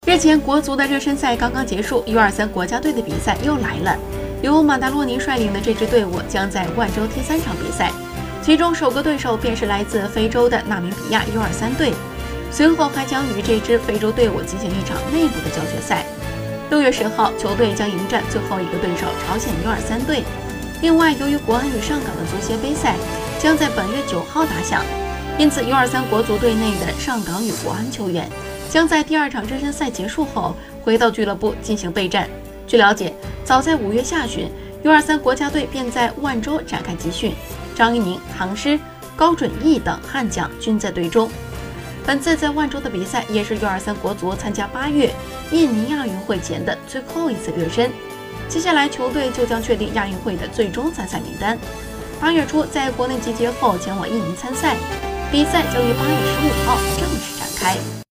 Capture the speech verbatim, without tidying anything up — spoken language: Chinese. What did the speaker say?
日前，国足的热身赛刚刚结束 ，U 二三 国家队的比赛又来了。由马达洛尼率领的这支队伍将在万州踢三场比赛，其中首个对手便是来自非洲的纳米比亚 U 二三 队，随后还将与这支非洲队伍进行一场内部的教学赛。六月十号，球队将迎战最后一个对手朝鲜 U 二三 队。另外，由于国安与上港的足协杯赛将在本月九号打响，因此 U 二三 国足队内的上港与国安球员将在第二场热身赛结束后回到俱乐部进行备战。据了解，早在五月下旬 ，U 二三 国家队便在万州展开集训，张怡宁、唐诗、高准翼等悍将均在队中。本次在万州的比赛也是 U 二三 国足参加八月印尼亚运会前的最后一次热身，接下来球队就将确定亚运会的最终参赛名单。八月初在国内集结后前往印尼参赛，比赛将于八月十五号正式展开。